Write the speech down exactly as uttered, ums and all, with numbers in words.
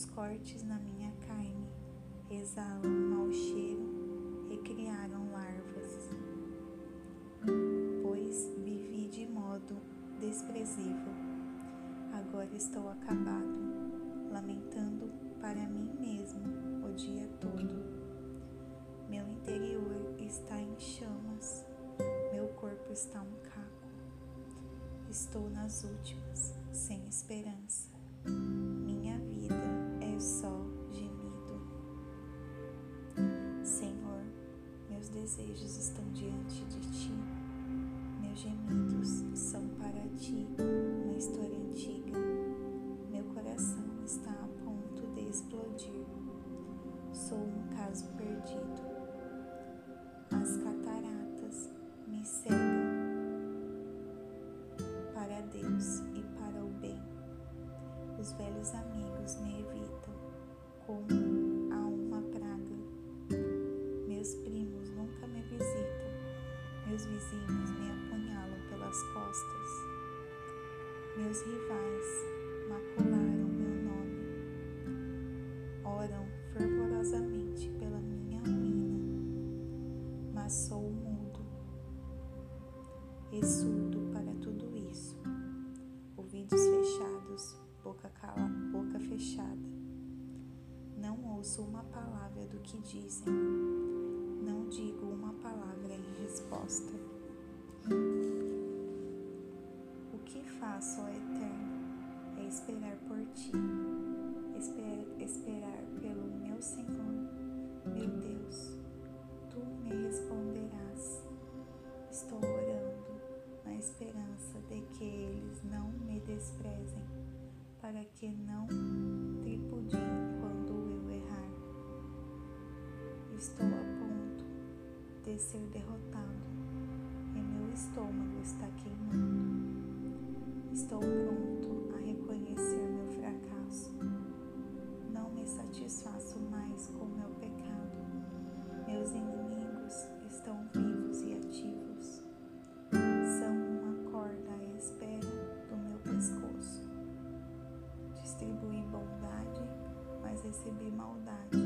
Os cortes na minha carne exalam mau cheiro e criaram larvas, pois vivi de modo desprezível. Agora estou acabado, lamentando para mim mesmo o dia todo. Meu interior está em chamas, meu corpo está um caco. Estou nas últimas, sem esperança. Minha vida é só gemido. Senhor, meus desejos estão diante de ti. Meus gemidos são para ti uma história antiga. Meu coração está a ponto de explodir. Sou um caso perdido. As cataratas me cegam para Deus e para o bem. Os velhos amigos me evitam como a uma praga. Meus primos nunca me visitam. Meus vizinhos me apunhalam pelas costas. Meus rivais macularam meu nome. Oram fervorosamente pela minha ruína, mas sou mudo e surdo para tudo isso. Ouvidos fechados, boca cala, boca fechada. Não ouço uma palavra do que dizem. Não digo uma palavra em resposta. O que faço, ó Eterno, é esperar por ti, esper, esperar pelo meu Senhor, meu Deus. Tu me responderás. Estou orando na esperança de que eles não me desprezem, para que não tripudiem quando eu errar. Estou a ponto de ser derrotado e meu estômago está queimando. Estou pronto a reconhecer meu fracasso. Não me satisfaço mais com meu pecado. Meus inimigos estão vivos e ativos. São uma corda à espera do meu pescoço. Distribuí bondade, mas recebi maldade.